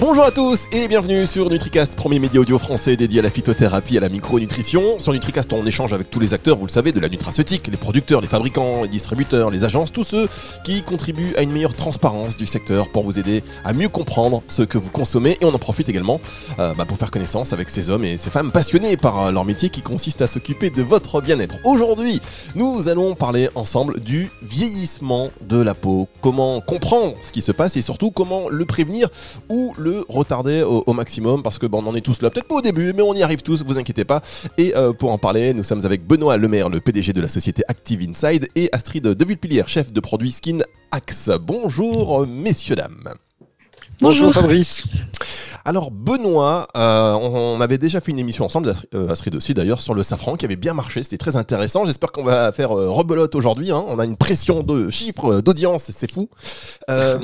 Bonjour à tous et bienvenue sur NutriCast, premier média audio français dédié à la phytothérapie et à la micronutrition. Sur NutriCast, on échange avec tous les acteurs, vous le savez, de la nutraceutique, les producteurs, les fabricants, les distributeurs, les agences, tous ceux qui contribuent à une meilleure transparence du secteur pour vous aider à mieux comprendre ce que vous consommez. Et on en profite également pour faire connaissance avec ces hommes et ces femmes passionnés par leur métier qui consiste à s'occuper de votre bien-être. Aujourd'hui, nous allons parler ensemble du vieillissement de la peau, comment comprendre ce qui se passe et surtout comment le prévenir ou le retarder au maximum, parce que on en est tous là, peut-être pas au début, mais on y arrive tous, vous inquiétez pas. Et pour en parler, nous sommes avec Benoît Lemaire, le PDG de la société Active Inside, et Astrid de Villepilaire, chef de produit Skin Axe. Bonjour messieurs, dames. Bonjour Fabrice. Alors Benoît, on avait déjà fait une émission ensemble, Astrid aussi d'ailleurs, sur le safran qui avait bien marché, c'était très intéressant. J'espère qu'on va faire rebelote aujourd'hui, hein. On a une pression de chiffres, d'audience, c'est fou. Tant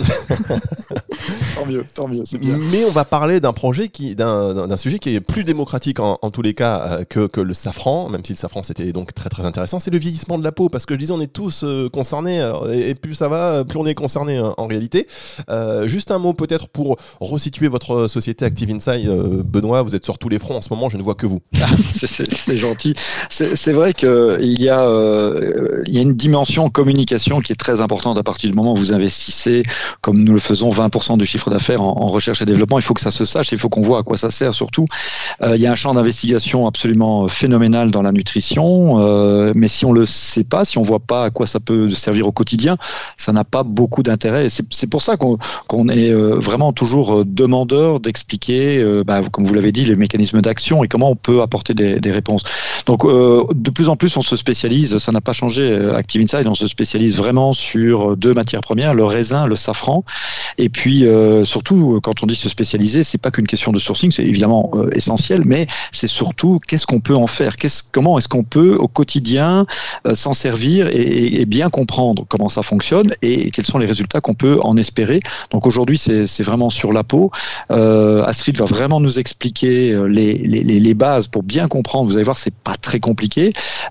mieux, c'est bien. Mais on va parler d'un projet d'un sujet qui est plus démocratique en tous les cas que le safran, même si le safran c'était donc très très intéressant. C'est le vieillissement de la peau, parce que je disais on est tous concernés, et plus ça va, plus on est concernés en réalité. Juste un mot peut-être pour resituer votre société Active Inside. Benoît, vous êtes sur tous les fronts en ce moment, je ne vois que vous. C'est gentil. C'est vrai qu'il y a une dimension communication qui est très importante à partir du moment où vous investissez, comme nous le faisons, 20% du chiffre d'affaires en recherche et développement. Il faut que ça se sache, il faut qu'on voit à quoi ça sert surtout. Il y a un champ d'investigation absolument phénoménal dans la nutrition, mais si on le sait pas, si on voit pas à quoi ça peut servir au quotidien, ça n'a pas beaucoup d'intérêt. Et c'est pour ça qu'on est vraiment toujours demandeur d'expliquer, comme vous l'avez dit, les mécanismes d'action et comment on peut apporter des réponses. Donc, de plus en plus, on se spécialise, ça n'a pas changé, Active Inside, on se spécialise vraiment sur deux matières premières, le raisin, le safran. Et puis, surtout, quand on dit se spécialiser, c'est pas qu'une question de sourcing, c'est évidemment essentiel, mais c'est surtout qu'est-ce qu'on peut en faire, comment est-ce qu'on peut au quotidien s'en servir et bien comprendre comment ça fonctionne et quels sont les résultats qu'on peut en espérer. Donc aujourd'hui, c'est vraiment sur la peau. Astrid va vraiment nous expliquer les bases pour bien comprendre. Vous allez voir, c'est pas très compliqué.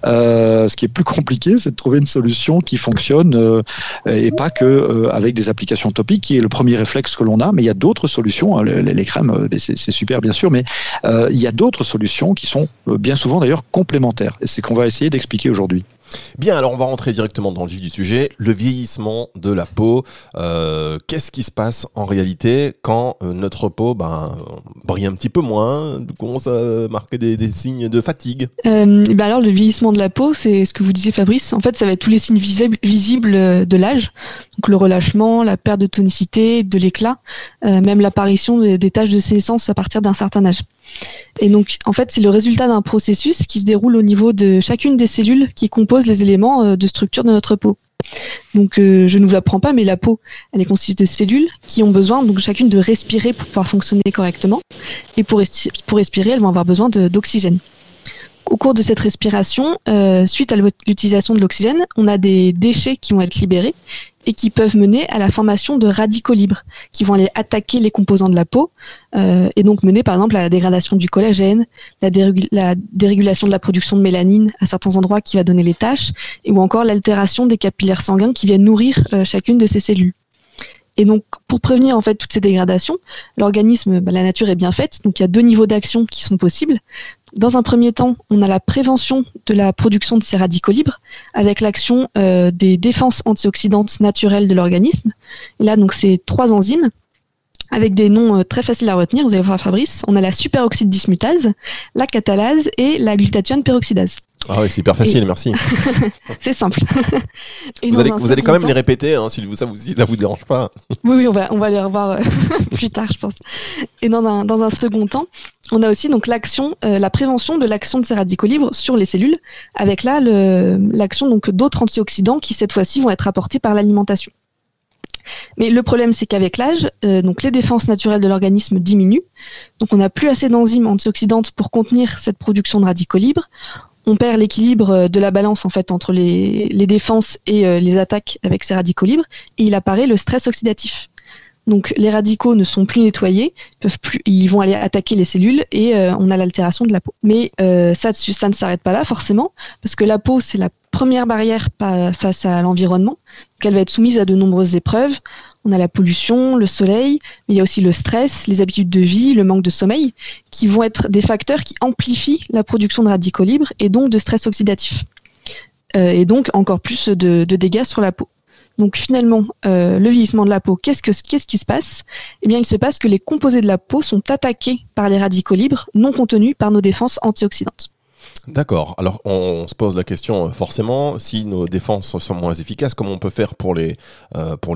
Ce qui est plus compliqué, c'est de trouver une solution qui fonctionne et pas que avec des applications topiques, qui est le premier réflexe que l'on a. Mais il y a d'autres solutions. Les crèmes, c'est super bien sûr, mais il y a d'autres solutions qui sont bien souvent d'ailleurs complémentaires. Et c'est qu'on va essayer d'expliquer aujourd'hui. Bien, alors on va rentrer directement dans le vif du sujet, le vieillissement de la peau. Qu'est-ce qui se passe en réalité quand notre peau brille un petit peu moins, commence à marquer des signes de fatigue? Alors le vieillissement de la peau, c'est ce que vous disiez Fabrice, en fait ça va être tous les signes visibles de l'âge, donc le relâchement, la perte de tonicité, de l'éclat, même l'apparition des taches de sénescence à partir d'un certain âge. Et donc, en fait, c'est le résultat d'un processus qui se déroule au niveau de chacune des cellules qui composent les éléments de structure de notre peau. Donc, je ne vous l'apprends pas, mais la peau, elle est constituée de cellules qui ont besoin, donc chacune, de respirer pour pouvoir fonctionner correctement. Et pour respirer, elles vont avoir besoin d'oxygène. Au cours de cette respiration, suite à l'utilisation de l'oxygène, on a des déchets qui vont être libérés et qui peuvent mener à la formation de radicaux libres qui vont aller attaquer les composants de la peau et donc mener par exemple à la dégradation du collagène, la dérégulation de la production de mélanine à certains endroits qui va donner les taches, ou encore l'altération des capillaires sanguins qui viennent nourrir chacune de ces cellules. Et donc, pour prévenir en fait toutes ces dégradations, l'organisme, la nature est bien faite, donc il y a deux niveaux d'action qui sont possibles. Dans un premier temps, on a la prévention de la production de ces radicaux libres avec l'action des défenses antioxydantes naturelles de l'organisme. Et là, donc, c'est 3 enzymes avec des noms très faciles à retenir. Vous allez voir Fabrice, on a la superoxyde dismutase, la catalase et la glutathion peroxydase. Ah oui, c'est hyper facile, merci. C'est simple. Vous allez quand même les répéter, hein, si ça vous dérange pas. Oui, on va les revoir plus tard, je pense. Et dans un second temps, on a aussi donc la prévention de l'action de ces radicaux libres sur les cellules, avec là l'action donc d'autres antioxydants qui cette fois-ci vont être apportés par l'alimentation. Mais le problème, c'est qu'avec l'âge, donc les défenses naturelles de l'organisme diminuent, donc on n'a plus assez d'enzymes antioxydantes pour contenir cette production de radicaux libres. On perd l'équilibre de la balance en fait entre les défenses et les attaques avec ces radicaux libres, et il apparaît le stress oxydatif. Donc les radicaux ne sont plus nettoyés, ils vont aller attaquer les cellules et on a l'altération de la peau. Mais ça ne s'arrête pas là forcément, parce que la peau c'est la première barrière face à l'environnement. Donc elle va être soumise à de nombreuses épreuves. on a la pollution, le soleil, mais il y a aussi le stress, les habitudes de vie, le manque de sommeil, qui vont être des facteurs qui amplifient la production de radicaux libres et donc de stress oxydatif. Et donc encore plus de dégâts sur la peau. Donc finalement, le vieillissement de la peau, qu'est-ce qui se passe ? Eh bien, il se passe que les composés de la peau sont attaqués par les radicaux libres non contenus par nos défenses antioxydantes. D'accord. Alors, on se pose la question, forcément, si nos défenses sont moins efficaces, comment on peut faire pour les renforcer ?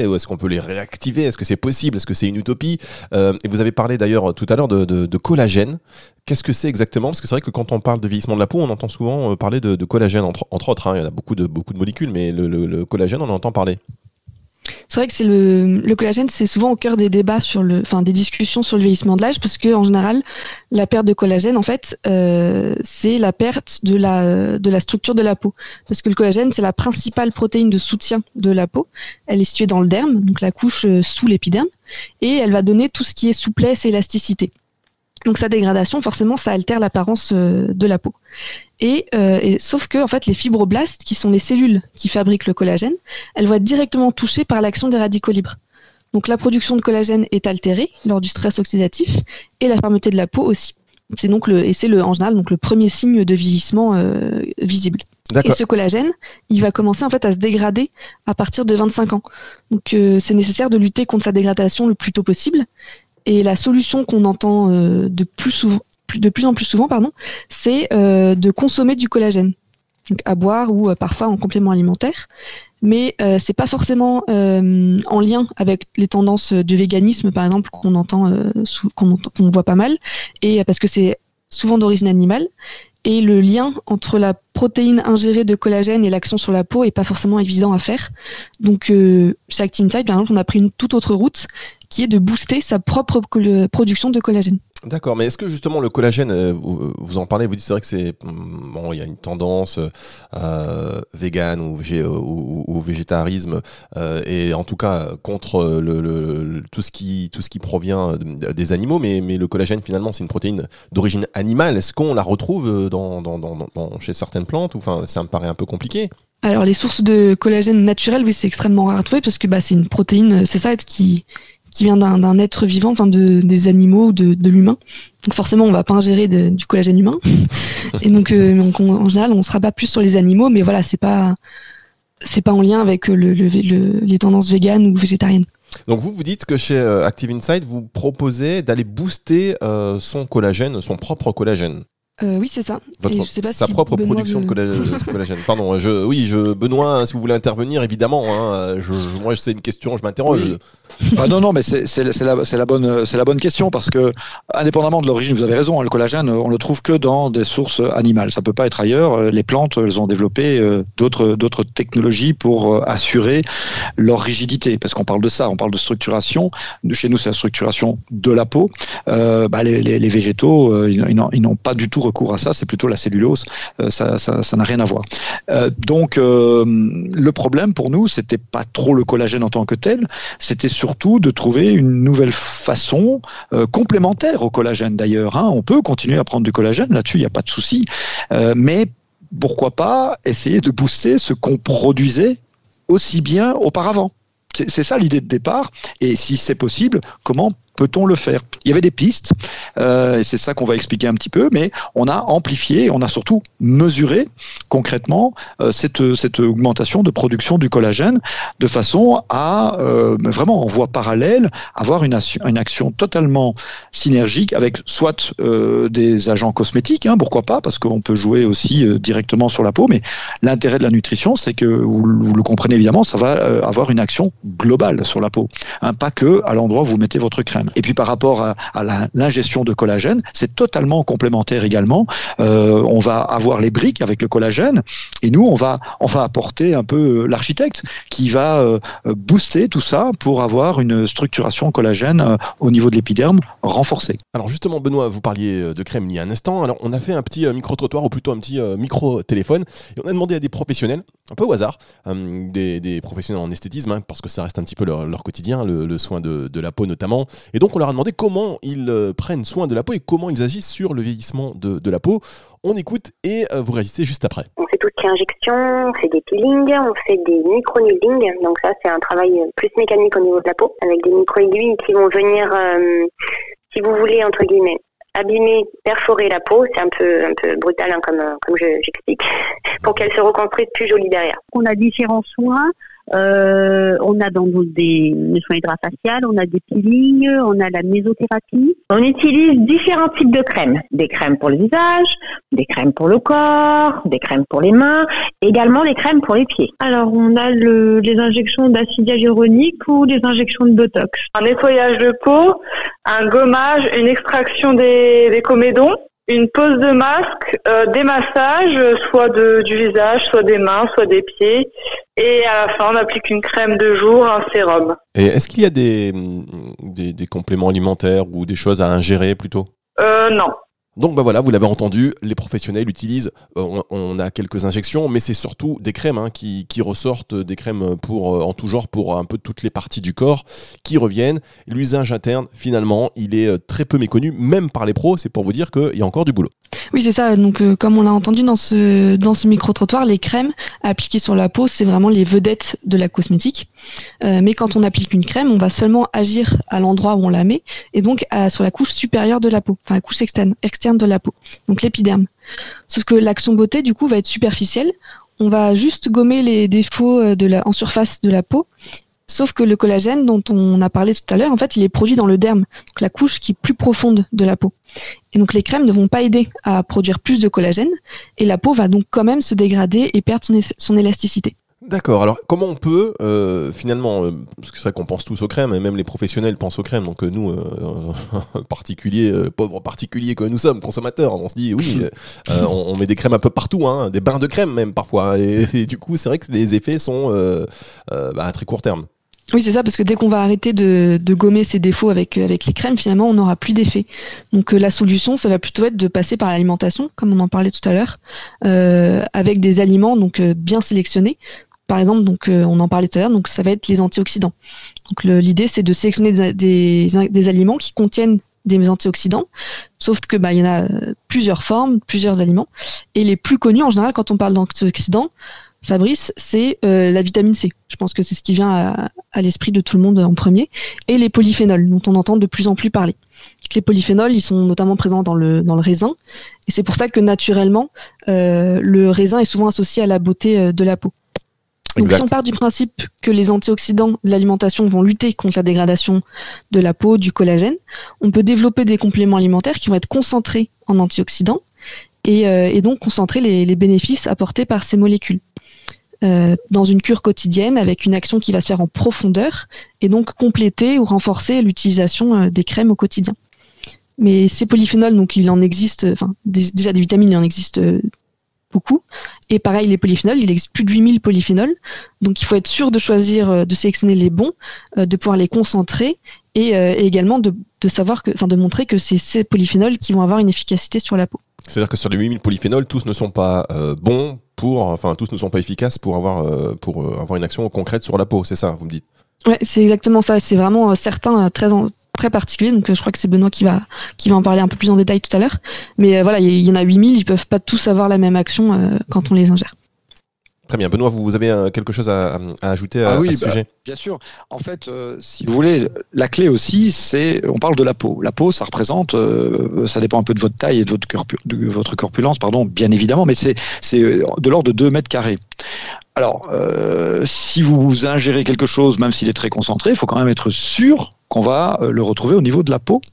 Ou est-ce qu'on peut les réactiver ? Est-ce que c'est possible ? Est-ce que c'est une utopie ? Et vous avez parlé d'ailleurs tout à l'heure de collagène. Qu'est-ce que c'est exactement ? Parce que c'est vrai que quand on parle de vieillissement de la peau, on entend souvent parler de collagène, entre autres. Il y en a beaucoup de molécules, mais le collagène, on en entend parler. C'est vrai que le collagène, c'est souvent au cœur des débats des discussions sur le vieillissement de l'âge, parce que en général, la perte de collagène, en fait, c'est la perte de la structure de la peau. Parce que le collagène, c'est la principale protéine de soutien de la peau. Elle est située dans le derme, donc la couche sous l'épiderme, et elle va donner tout ce qui est souplesse et élasticité. Donc sa dégradation, forcément, ça altère l'apparence de la peau. Et sauf que en fait, les fibroblastes, qui sont les cellules qui fabriquent le collagène, elles vont être directement touchées par l'action des radicaux libres. Donc la production de collagène est altérée lors du stress oxydatif et la fermeté de la peau aussi. C'est donc en général donc le premier signe de vieillissement visible. D'accord. Et ce collagène, il va commencer en fait à se dégrader à partir de 25 ans. Donc c'est nécessaire de lutter contre sa dégradation le plus tôt possible. Et la solution qu'on entend de plus en plus souvent, c'est de consommer du collagène, donc à boire ou parfois en complément alimentaire. Mais c'est pas forcément en lien avec les tendances de véganisme, par exemple, qu'on voit pas mal, et parce que c'est souvent d'origine animale. Et le lien entre la protéine ingérée de collagène et l'action sur la peau est pas forcément évident à faire. Donc chez ActivInsight, par exemple, on a pris une toute autre route, qui est de booster sa propre production de collagène. D'accord, mais est-ce que justement le collagène, vous en parlez, vous dites c'est vrai que il y a une tendance vegan ou végétarisme, et en tout cas contre tout ce qui provient des animaux, mais le collagène finalement c'est une protéine d'origine animale. Est-ce qu'on la retrouve chez certaines plantes, ou ça me paraît un peu compliqué? Alors les sources de collagène naturel, oui, c'est extrêmement rare à trouver parce que c'est une protéine, c'est ça qui vient d'un être vivant, des animaux ou de l'humain. Donc forcément, on va pas ingérer du collagène humain. Et donc en général, on se rabat plus sur les animaux, mais voilà, c'est pas en lien avec les tendances véganes ou végétariennes. Donc vous dites que chez ActivInsight, vous proposez d'aller booster son collagène, son propre collagène. Oui, c'est ça. Sa propre production de collagène. Pardon, Benoît, si vous voulez intervenir, évidemment. Moi, c'est une question, je m'interroge. Oui. Non, mais c'est la bonne question, parce que, indépendamment de l'origine, vous avez raison, le collagène, on le trouve que dans des sources animales. Ça peut pas être ailleurs. Les plantes, elles ont développé d'autres technologies pour assurer leur rigidité, parce qu'on parle de ça, on parle de structuration. Chez nous, c'est la structuration de la peau. Les végétaux, ils n'ont pas du tout recours à ça, c'est plutôt la cellulose, ça n'a rien à voir. Donc le problème pour nous, c'était pas trop le collagène en tant que tel, c'était surtout de trouver une nouvelle façon complémentaire au collagène d'ailleurs. On peut continuer à prendre du collagène, là-dessus il n'y a pas de souci, mais pourquoi pas essayer de booster ce qu'on produisait aussi bien auparavant. C'est ça l'idée de départ, et si c'est possible, comment peut-on le faire ? Il y avait des pistes, et c'est ça qu'on va expliquer un petit peu, mais on a amplifié, on a surtout mesuré concrètement cette augmentation de production du collagène, de façon à vraiment en voie parallèle avoir une action totalement synergique avec soit des agents cosmétiques, pourquoi pas, parce qu'on peut jouer aussi directement sur la peau, mais l'intérêt de la nutrition, c'est que, vous le comprenez évidemment, ça va avoir une action globale sur la peau, pas que à l'endroit où vous mettez votre crème. Et puis par rapport à l'ingestion de collagène, c'est totalement complémentaire également. On va avoir les briques avec le collagène, et nous on va apporter un peu l'architecte qui va booster tout ça pour avoir une structuration collagène au niveau de l'épiderme renforcée. Alors justement Benoît, vous parliez de crème il y a un instant. Alors on a fait un petit micro-trottoir, ou plutôt un petit micro-téléphone, et on a demandé à des professionnels un peu au hasard, des professionnels en esthétisme, hein, parce que ça reste un petit peu leur quotidien, le soin de la peau notamment. Et donc on leur a demandé comment ils prennent soin de la peau et comment ils agissent sur le vieillissement de la peau. On écoute et vous réagissez juste après. On fait tout ce qui est injection, on fait des peelings, on fait des micro-needling. Donc ça, c'est un travail plus mécanique au niveau de la peau, avec des micro-aiguilles qui vont venir, si vous voulez, entre guillemets, abîmer, perforer la peau. C'est un peu brutal, hein, comme j'explique, pour qu'elle se reconstruise plus jolie derrière. On a différents soins. On a donc des soins hydrafaciales, on a des peelings, on a la mésothérapie. On utilise différents types de crèmes. Des crèmes pour le visage, des crèmes pour le corps, des crèmes pour les mains, également les crèmes pour les pieds. Alors on a les injections d'acide hyaluronique ou des injections de botox. Un nettoyage de peau, un gommage, une extraction des comédons, une pose de masque, des massages, soit du visage, soit des mains, soit des pieds. Et à la fin, on applique une crème de jour, un sérum. Et est-ce qu'il y a des compléments alimentaires ou des choses à ingérer plutôt ? Non. Donc voilà, vous l'avez entendu, les professionnels utilisent, on a quelques injections, mais c'est surtout des crèmes qui ressortent, des crèmes en tout genre pour un peu toutes les parties du corps qui reviennent. L'usage interne, finalement, il est très peu méconnu, même par les pros, c'est pour vous dire qu'il y a encore du boulot. Oui, c'est ça. Donc, comme on l'a entendu dans ce micro-trottoir, les crèmes appliquées sur la peau, c'est vraiment les vedettes de la cosmétique. Mais quand on applique une crème, on va seulement agir à l'endroit où on la met, et donc sur la couche supérieure de la peau, enfin la couche externe de la peau, donc l'épiderme. Sauf que l'action beauté, du coup, va être superficielle. On va juste gommer les défauts en surface de la peau. Sauf que le collagène dont on a parlé tout à l'heure, en fait, il est produit dans le derme, donc la couche qui est plus profonde de la peau. Et donc les crèmes ne vont pas aider à produire plus de collagène, et la peau va donc quand même se dégrader et perdre son élasticité. D'accord, alors comment on peut finalement, parce que c'est vrai qu'on pense tous aux crèmes, et même les professionnels pensent aux crèmes, donc nous, pauvres particuliers que nous sommes, consommateurs, on se dit oui, on met des crèmes un peu partout, hein, des bains de crème même parfois, et du coup c'est vrai que les effets sont à très court terme. Oui, c'est ça, parce que dès qu'on va arrêter de gommer ces défauts avec les crèmes, finalement, on n'aura plus d'effet. Donc la solution, ça va plutôt être de passer par l'alimentation, comme on en parlait tout à l'heure, avec des aliments donc bien sélectionnés. Par exemple, donc on en parlait tout à l'heure, donc ça va être les antioxydants. Donc l'idée, c'est de sélectionner des aliments qui contiennent des antioxydants, sauf que il y en a plusieurs formes, plusieurs aliments, et les plus connus en général quand on parle d'antioxydants, Fabrice, c'est la vitamine C. Je pense que c'est ce qui vient à l'esprit de tout le monde en premier, et les polyphénols, dont on entend de plus en plus parler. Les polyphénols, ils sont notamment présents dans le raisin, et c'est pour ça que naturellement, le raisin est souvent associé à la beauté de la peau. Donc si on part du principe que les antioxydants de l'alimentation vont lutter contre la dégradation de la peau, du collagène, on peut développer des compléments alimentaires qui vont être concentrés en antioxydants et donc concentrer les bénéfices apportés par ces molécules dans une cure quotidienne avec une action qui va se faire en profondeur et donc compléter ou renforcer l'utilisation des crèmes au quotidien. Mais ces polyphénols, donc il en existe, déjà des vitamines, il en existe beaucoup. Et pareil, les polyphénols, il existe plus de 8000 polyphénols. Donc il faut être sûr de choisir, de sélectionner les bons, de pouvoir les concentrer et également de montrer que c'est ces polyphénols qui vont avoir une efficacité sur la peau. C'est-à-dire que sur les 8000 polyphénols, tous ne sont pas bons tous ne sont pas efficaces pour avoir une action concrète sur la peau, c'est ça, vous me dites? Ouais, c'est exactement ça. C'est vraiment certains très particuliers. Donc je crois que c'est Benoît qui va en parler un peu plus en détail tout à l'heure. Mais voilà, il y en a 8000, ils peuvent pas tous avoir la même action quand on les ingère. Très bien. Benoît, vous avez quelque chose à ajouter à ce sujet? Bien sûr. En fait, si vous voulez, la clé aussi, on parle de la peau. La peau, ça représente, ça dépend un peu de votre taille et de votre corpulence, bien évidemment, mais c'est de l'ordre de 2 mètres carrés. Alors, si vous ingérez quelque chose, même s'il est très concentré, il faut quand même être sûr qu'on va le retrouver au niveau de la peau.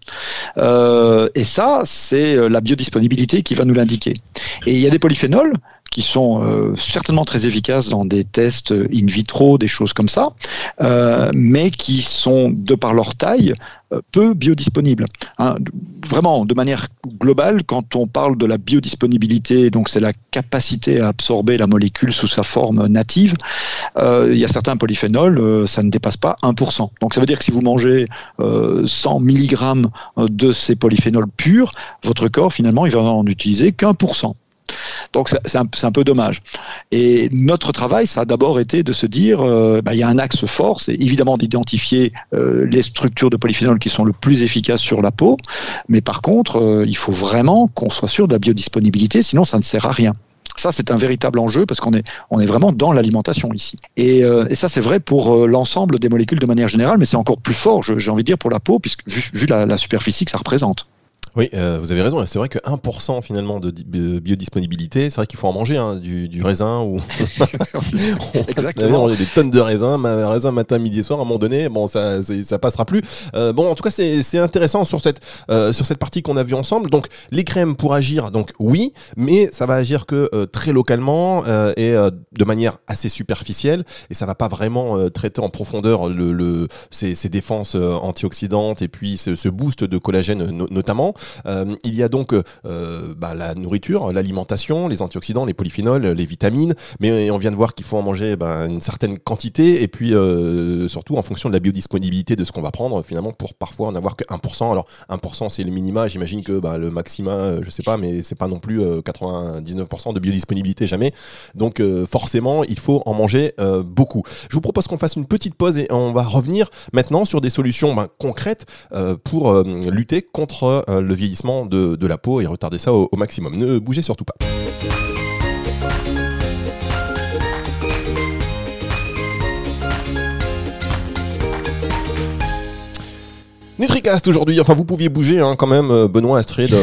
Et ça, c'est la biodisponibilité qui va nous l'indiquer. Et il y a des polyphénols qui sont certainement très efficaces dans des tests in vitro, des choses comme ça, mais qui sont, de par leur taille, peu biodisponibles. Vraiment, de manière globale, quand on parle de la biodisponibilité, donc c'est la capacité à absorber la molécule sous sa forme native, il y a certains polyphénols, ça ne dépasse pas 1%. Donc ça veut dire que si vous mangez 100 mg de ces polyphénols purs, votre corps, finalement, il va en utiliser qu'1%. Donc c'est un peu dommage. Et notre travail, ça a d'abord été de se dire, il y a un axe fort, c'est évidemment d'identifier les structures de polyphénol qui sont le plus efficaces sur la peau, mais par contre, il faut vraiment qu'on soit sûr de la biodisponibilité, sinon ça ne sert à rien. Ça, c'est un véritable enjeu parce qu'on est vraiment dans l'alimentation ici. Et ça, c'est vrai pour l'ensemble des molécules de manière générale, mais c'est encore plus fort, j'ai envie de dire, pour la peau, puisque vu la superficie que ça représente. Oui, vous avez raison. C'est vrai que 1% finalement de biodisponibilité, c'est vrai qu'il faut en manger du raisin ou exactement. On a des tonnes de raisins matin, midi et soir. À un moment donné, bon, ça passera plus. Bon, en tout cas, c'est intéressant sur cette partie qu'on a vue ensemble. Donc, les crèmes pour agir, donc oui, mais ça va agir que très localement et de manière assez superficielle, et ça va pas vraiment traiter en profondeur ces défenses antioxydantes et puis ce boost de collagène notamment. Il y a donc la nourriture, l'alimentation, les antioxydants, les polyphénols, les vitamines, mais on vient de voir qu'il faut en manger une certaine quantité et puis surtout en fonction de la biodisponibilité de ce qu'on va prendre finalement pour parfois en avoir que 1%. Alors 1% c'est le minima, j'imagine que le maxima, je sais pas, mais c'est pas non plus 99% de biodisponibilité jamais. Donc forcément il faut en manger beaucoup. Je vous propose qu'on fasse une petite pause et on va revenir maintenant sur des solutions concrètes pour lutter contre le vieillissement de la peau et retarder ça au maximum. Ne bougez surtout pas. NutriCast aujourd'hui, enfin vous pouviez bouger quand même, Benoît, Astrid.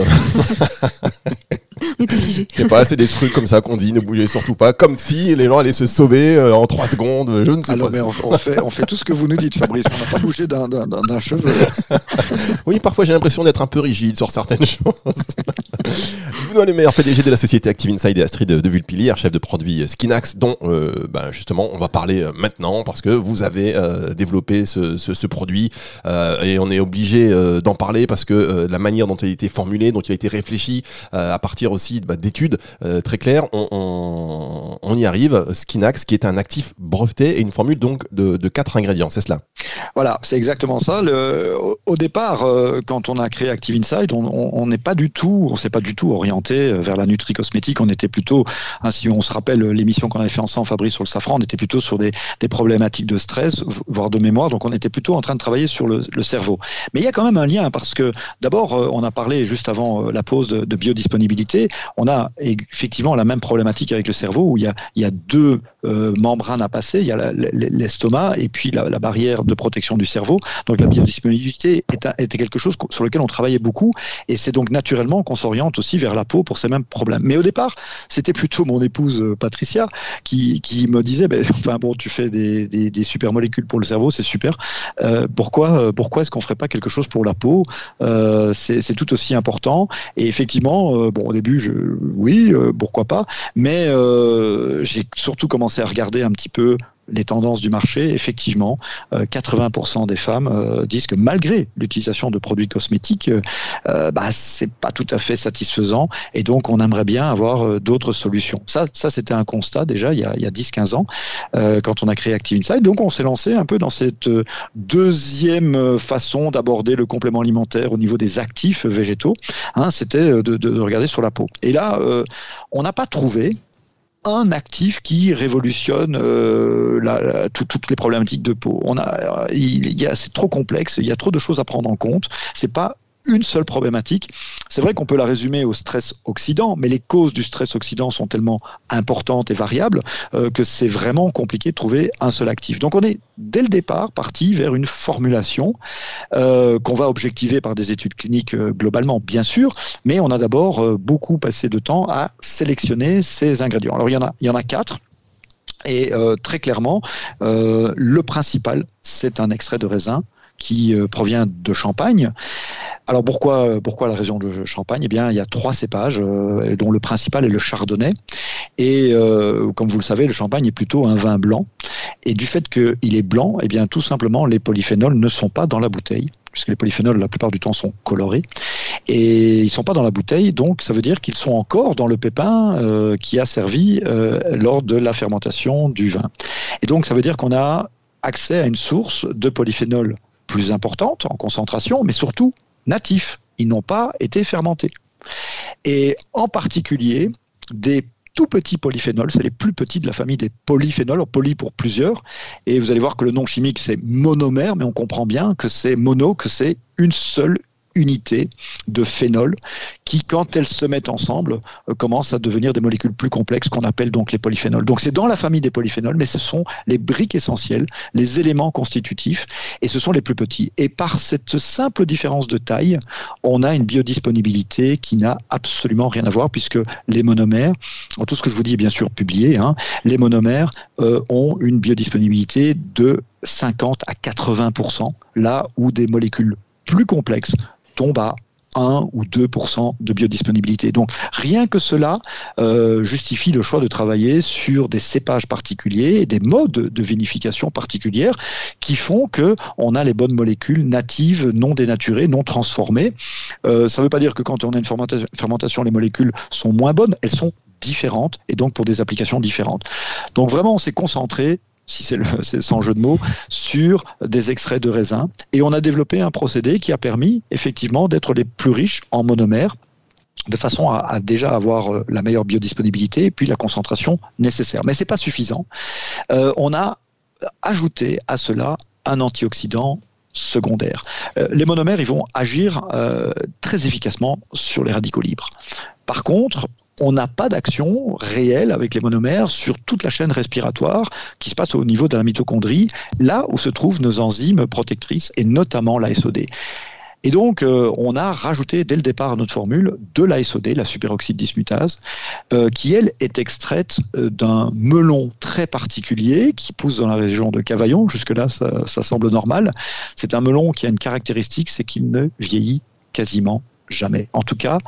Il n'y a pas assez des trucs comme ça qu'on dit, ne bougez surtout pas, comme si les gens allaient se sauver en 3 secondes, je ne sais pas. Mais on fait tout ce que vous nous dites, Fabrice, on n'a pas bougé d'un cheveu. Oui, parfois j'ai l'impression d'être un peu rigide sur certaines choses. Benoît Lemaire, PDG de la société Active Inside et Astrid de Vulpilier, chef de produit Skinax, dont justement on va parler maintenant parce que vous avez développé ce produit et on est obligé d'en parler parce que la manière dont il a été formulé, dont il a été réfléchi à partir aussi d'études très claires, on y arrive. Skinax, qui est un actif breveté et une formule donc de 4 ingrédients, c'est cela? Voilà, c'est exactement ça. Au départ, quand on a créé Active Inside, on s'est pas du tout orienté vers la nutri-cosmétique. On était plutôt, si on se rappelle l'émission qu'on avait fait ensemble, Fabrice, sur le safran, on était plutôt sur des problématiques de stress, voire de mémoire. Donc on était plutôt en train de travailler sur le cerveau. Mais il y a quand même un lien parce que d'abord, on a parlé juste avant la pause de biodisponibilité. On a effectivement la même problématique avec le cerveau où il y a 2 membranes à passer. Il y a l'estomac et puis la barrière de protection du cerveau. Donc la biodisponibilité était quelque chose sur lequel on travaillait beaucoup et c'est donc naturellement qu'on s'oriente aussi vers la peau pour ces mêmes problèmes. Mais au départ, c'était plutôt mon épouse Patricia qui me disait tu fais des super molécules pour le cerveau, c'est super. Pourquoi est-ce qu'on ferait pas quelque chose pour la peau? C'est tout aussi important. Et effectivement, au début, pourquoi pas. Mais j'ai surtout commencé à regarder un petit peu les tendances du marché. Effectivement, 80% des femmes disent que malgré l'utilisation de produits cosmétiques, c'est pas tout à fait satisfaisant et donc on aimerait bien avoir d'autres solutions. Ça c'était un constat déjà il y a 10-15 ans quand on a créé Active Inside. Donc on s'est lancé un peu dans cette deuxième façon d'aborder le complément alimentaire au niveau des actifs végétaux. C'était de regarder sur la peau. Et là, on n'a pas trouvé un actif qui révolutionne toutes les problématiques de peau. C'est trop complexe, il y a trop de choses à prendre en compte. C'est pas une seule problématique. C'est vrai qu'on peut la résumer au stress oxydant, mais les causes du stress oxydant sont tellement importantes et variables que c'est vraiment compliqué de trouver un seul actif. Donc on est dès le départ parti vers une formulation qu'on va objectiver par des études cliniques globalement, bien sûr, mais on a d'abord beaucoup passé de temps à sélectionner ces ingrédients. Alors il y en a 4. Et très clairement, le principal, c'est un extrait de raisin qui provient de Champagne. Alors pourquoi la région de Champagne? Eh bien, il y a 3 cépages, dont le principal est le chardonnay. Et comme vous le savez, le Champagne est plutôt un vin blanc. Et du fait qu'il est blanc, eh bien, tout simplement, les polyphénols ne sont pas dans la bouteille, puisque les polyphénols, la plupart du temps, sont colorés. Et ils ne sont pas dans la bouteille, donc ça veut dire qu'ils sont encore dans le pépin qui a servi lors de la fermentation du vin. Et donc, ça veut dire qu'on a accès à une source de polyphénols plus importante en concentration, mais surtout natifs. Ils n'ont pas été fermentés. Et en particulier, des tout petits polyphénols, c'est les plus petits de la famille des polyphénols, poly pour plusieurs, et vous allez voir que le nom chimique c'est monomère, mais on comprend bien que c'est mono, que c'est une seule unité de phénol qui, quand elles se mettent ensemble, commencent à devenir des molécules plus complexes qu'on appelle donc les polyphénols. Donc c'est dans la famille des polyphénols, mais ce sont les briques essentielles, les éléments constitutifs, et ce sont les plus petits. Et par cette simple différence de taille, on a une biodisponibilité qui n'a absolument rien à voir, puisque les monomères, tout ce que je vous dis est bien sûr publié, les monomères ont une biodisponibilité de 50 à 80%, là où des molécules plus complexes tombent à 1 ou 2% de biodisponibilité. Donc rien que cela justifie le choix de travailler sur des cépages particuliers et des modes de vinification particulières qui font qu'on a les bonnes molécules natives, non dénaturées, non transformées. Ça ne veut pas dire que quand on a une fermentation, les molécules sont moins bonnes, elles sont différentes et donc pour des applications différentes. Donc vraiment on s'est concentré, si c'est sans jeu de mots, sur des extraits de raisin. Et on a développé un procédé qui a permis effectivement d'être les plus riches en monomères, de façon à déjà avoir la meilleure biodisponibilité et puis la concentration nécessaire. Mais ce n'est pas suffisant. On a ajouté à cela un antioxydant secondaire. Les monomères, ils vont agir très efficacement sur les radicaux libres. Par contre, on n'a pas d'action réelle avec les monomères sur toute la chaîne respiratoire qui se passe au niveau de la mitochondrie, là où se trouvent nos enzymes protectrices et notamment l'ASOD. Et donc, on a rajouté dès le départ à notre formule de l'ASOD, la superoxyde dismutase, qui, elle, est extraite d'un melon très particulier qui pousse dans la région de Cavaillon. Jusque-là, ça semble normal. C'est un melon qui a une caractéristique, c'est qu'il ne vieillit quasiment jamais. En tout cas,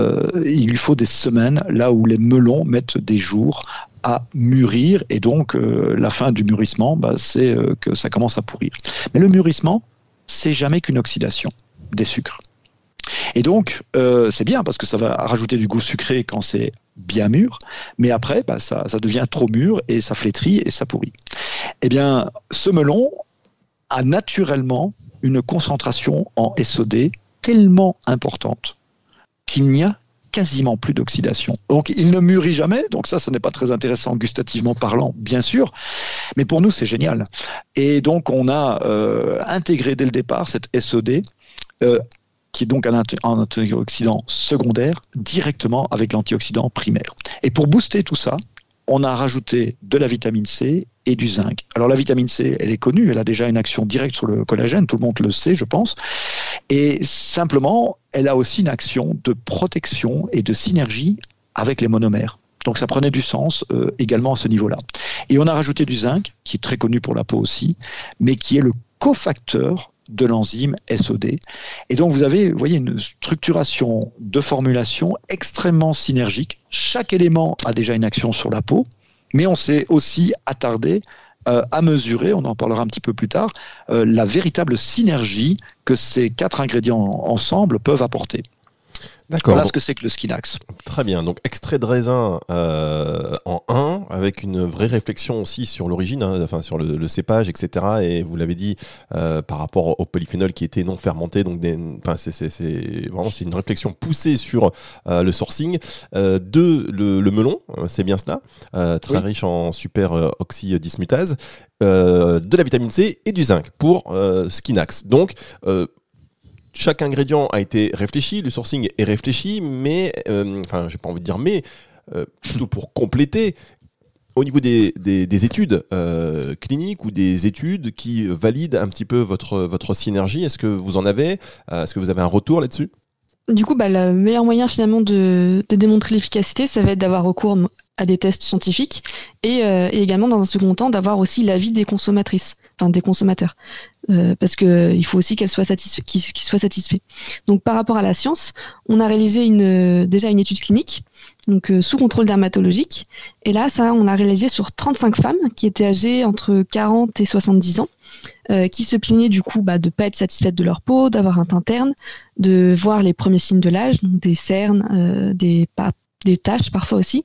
il lui faut des semaines, là où les melons mettent des jours à mûrir, et donc la fin du mûrissement, c'est que ça commence à pourrir. Mais le mûrissement, c'est jamais qu'une oxydation des sucres. Et donc, c'est bien parce que ça va rajouter du goût sucré quand c'est bien mûr, mais après, ça devient trop mûr et ça flétrit et ça pourrit. Eh bien, ce melon a naturellement une concentration en SOD tellement importante qu'il n'y a quasiment plus d'oxydation. Donc il ne mûrit jamais, donc ça n'est pas très intéressant gustativement parlant, bien sûr, mais pour nous c'est génial. Et donc on a intégré dès le départ cette SOD, qui est donc un antioxydant secondaire, directement avec l'antioxydant primaire. Et pour booster tout ça, on a rajouté de la vitamine C et du zinc. Alors la vitamine C, elle est connue, elle a déjà une action directe sur le collagène, tout le monde le sait, je pense. Et simplement, elle a aussi une action de protection et de synergie avec les monomères. Donc ça prenait du sens également à ce niveau-là. Et on a rajouté du zinc, qui est très connu pour la peau aussi, mais qui est le cofacteur de l'enzyme SOD. Et donc vous voyez une structuration de formulation extrêmement synergique. Chaque élément a déjà une action sur la peau, mais on s'est aussi attardé à mesurer, on en parlera un petit peu plus tard, la véritable synergie que ces 4 ingrédients ensemble peuvent apporter. D'accord. Voilà ce que c'est que le Skinax. Très bien. Donc, extrait de raisin en 1, avec une vraie réflexion aussi sur l'origine, enfin, sur le cépage, etc. Et vous l'avez dit, par rapport au polyphénol qui était non fermenté. Donc, c'est une réflexion poussée sur le sourcing. 2, le melon, c'est bien cela. Très riche en super oxydismutase. De la vitamine C et du zinc pour Skinax. Donc, chaque ingrédient a été réfléchi, le sourcing est réfléchi, mais, j'ai pas envie de dire mais, plutôt pour compléter, au niveau des études cliniques ou des études qui valident un petit peu votre synergie, est-ce que vous en avez ? Est-ce que vous avez un retour là-dessus ? Du coup, le meilleur moyen finalement de démontrer l'efficacité, ça va être d'avoir recours à des tests scientifiques et également dans un second temps d'avoir aussi l'avis des consommatrices, enfin des consommateurs, parce que il faut aussi qu'ils soient satisfaits. Donc par rapport à la science, on a réalisé déjà une étude clinique, donc sous contrôle dermatologique, et là on a réalisé sur 35 femmes qui étaient âgées entre 40 et 70 ans, qui se plaignaient du coup de pas être satisfaites de leur peau, d'avoir un teint terne, de voir les premiers signes de l'âge, donc des cernes, des taches parfois aussi.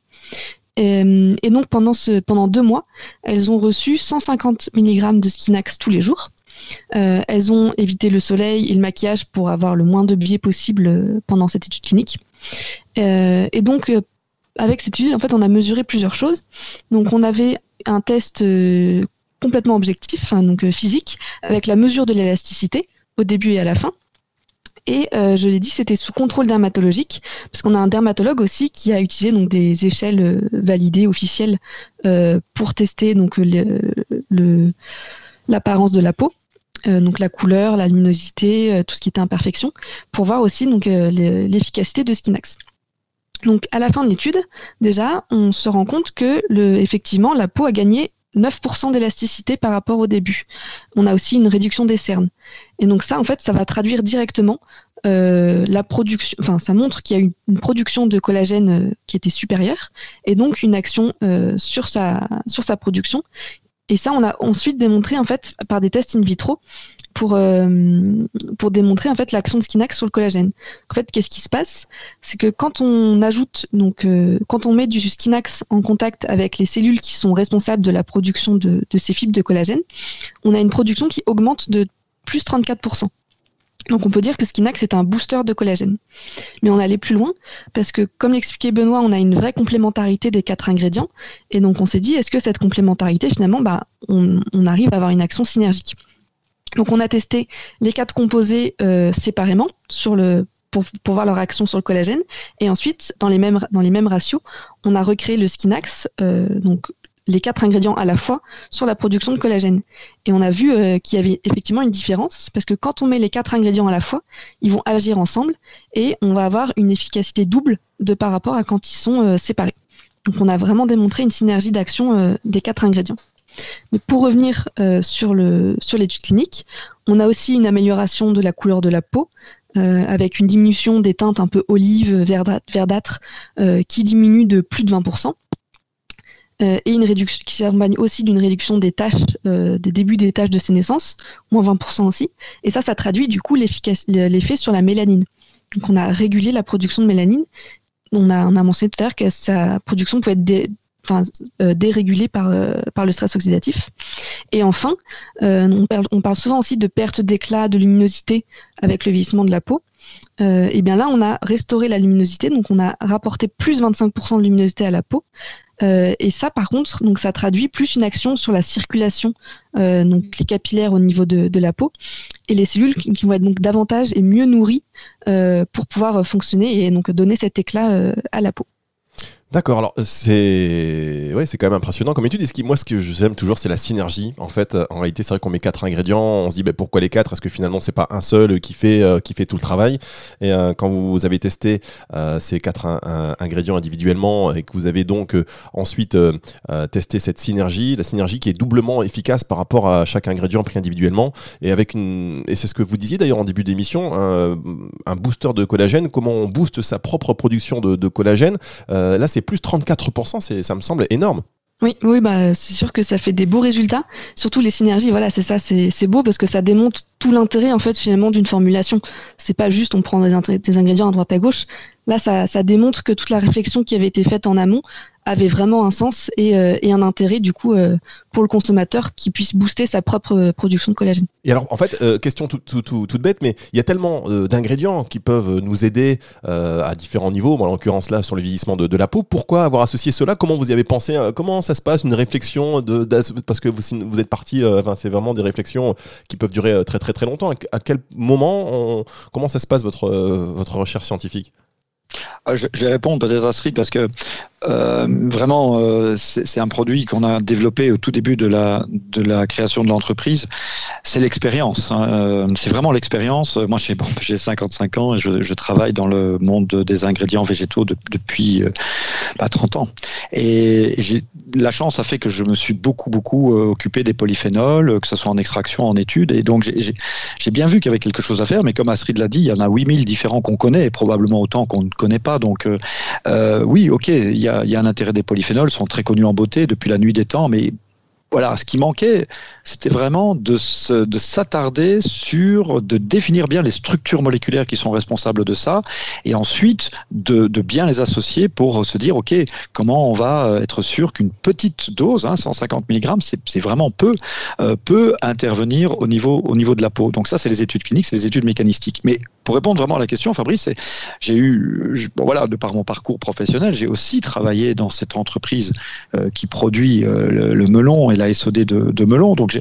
Et donc pendant 2 mois, elles ont reçu 150 mg de Skinax tous les jours. Elles ont évité le soleil et le maquillage pour avoir le moins de biais possible pendant cette étude clinique. Et donc avec cette huile, en fait, on a mesuré plusieurs choses. Donc, on avait un test complètement objectif, donc physique, avec la mesure de l'élasticité au début et à la fin. Et je l'ai dit, c'était sous contrôle dermatologique, parce qu'on a un dermatologue aussi qui a utilisé donc des échelles validées, officielles, pour tester donc l'apparence de la peau, donc la couleur, la luminosité, tout ce qui était imperfection, pour voir aussi donc l'efficacité de Skinax. Donc à la fin de l'étude, déjà, on se rend compte que effectivement, la peau a gagné 9% d'élasticité par rapport au début. On a aussi une réduction des cernes. Et donc ça, en fait, ça va traduire directement la production. Enfin, ça montre qu'il y a une production de collagène qui était supérieure, et donc une action sur sa production. Et ça, on a ensuite démontré en fait par des tests in vitro pour démontrer en fait l'action de Skinax sur le collagène. En fait, qu'est-ce qui se passe ? C'est que quand on ajoute quand on met du Skinax en contact avec les cellules qui sont responsables de la production de ces fibres de collagène, on a une production qui augmente de plus 34%. Donc on peut dire que Skinax est un booster de collagène. Mais on allait plus loin, parce que comme l'expliquait Benoît, on a une vraie complémentarité des 4 ingrédients, et donc on s'est dit, est-ce que cette complémentarité, finalement, on arrive à avoir une action synergique ? Donc on a testé les 4 composés séparément pour voir leur action sur le collagène, et ensuite, dans les mêmes ratios, on a recréé le Skinax, donc les 4 ingrédients à la fois sur la production de collagène. Et on a vu qu'il y avait effectivement une différence, parce que quand on met les 4 ingrédients à la fois, ils vont agir ensemble et on va avoir une efficacité double par rapport à quand ils sont séparés. Donc on a vraiment démontré une synergie d'action des 4 ingrédients. Mais pour revenir sur l'étude clinique, on a aussi une amélioration de la couleur de la peau, avec une diminution des teintes un peu olive, verdâtre, qui diminue de plus de 20%. Et une réduction qui s'accompagne aussi d'une réduction des taches, des débuts des taches de sénescence, moins 20% aussi. Et ça traduit du coup l'effet sur la mélanine. Donc on a régulé la production de mélanine. On a mentionné tout à l'heure que sa production pouvait être dérégulée par le stress oxydatif. Et enfin, on parle souvent aussi de perte d'éclat, de luminosité avec le vieillissement de la peau. Et bien là, on a restauré la luminosité, donc on a rapporté plus 25% de luminosité à la peau. Et ça, par contre, donc ça traduit plus une action sur la circulation, donc les capillaires au niveau de la peau, et les cellules qui vont être donc davantage et mieux nourries pour pouvoir fonctionner et donc donner cet éclat à la peau. D'accord, alors c'est quand même impressionnant comme étude. Et moi, ce que j'aime toujours, c'est la synergie. En fait, en réalité, c'est vrai qu'on met 4 ingrédients, on se dit pourquoi les 4 ? Est-ce que finalement, c'est pas un seul qui fait tout le travail ? Et quand vous avez testé ces 4 ingrédients individuellement et que vous avez donc ensuite testé cette synergie, la synergie qui est doublement efficace par rapport à chaque ingrédient pris individuellement, et et c'est ce que vous disiez d'ailleurs en début d'émission, un booster de collagène, comment on booste sa propre production de collagène. Là, c'est plus 34%, ça me semble énorme. Oui, c'est sûr que ça fait des beaux résultats. Surtout les synergies, voilà, c'est ça, c'est beau parce que ça démontre tout l'intérêt en fait finalement d'une formulation. C'est pas juste on prend des ingrédients à droite à gauche. Là, ça démontre que toute la réflexion qui avait été faite en amont avait vraiment un sens et un intérêt du coup pour le consommateur qui puisse booster sa propre production de collagène. Et alors en fait, question toute bête, mais il y a tellement d'ingrédients qui peuvent nous aider à différents niveaux, en l'occurrence là sur le vieillissement de la peau. Pourquoi avoir associé cela ? Comment vous y avez pensé ? Comment ça se passe, une réflexion parce que vous êtes parti, c'est vraiment des réflexions qui peuvent durer très très très longtemps. À quel moment, comment ça se passe votre recherche scientifique ? Je vais répondre peut-être à Astrid parce que vraiment c'est un produit qu'on a développé au tout début de la création de l'entreprise. C'est l'expérience, hein. C'est vraiment l'expérience. Moi j'ai 55 ans et je travaille dans le monde des ingrédients végétaux depuis 30 ans. Et la chance a fait que je me suis beaucoup occupé des polyphénols, que ce soit en extraction, en études. Et donc j'ai bien vu qu'il y avait quelque chose à faire, mais comme Astrid l'a dit, il y en a 8000 différents qu'on connaît et probablement autant qu'on ne connaît pas. Donc oui, ok, il y a un intérêt des polyphénols, sont très connus en beauté depuis la nuit des temps, mais Voilà, ce qui manquait, c'était vraiment de s'attarder de définir bien les structures moléculaires qui sont responsables de ça, et ensuite de bien les associer pour se dire, ok, comment on va être sûr qu'une petite dose, 150 mg, c'est vraiment peu, peut intervenir au niveau de la peau. Donc ça, c'est les études cliniques, c'est les études mécanistiques. Mais pour répondre vraiment à la question, Fabrice, de par mon parcours professionnel, j'ai aussi travaillé dans cette entreprise qui produit le melon et la SOD de melon. Donc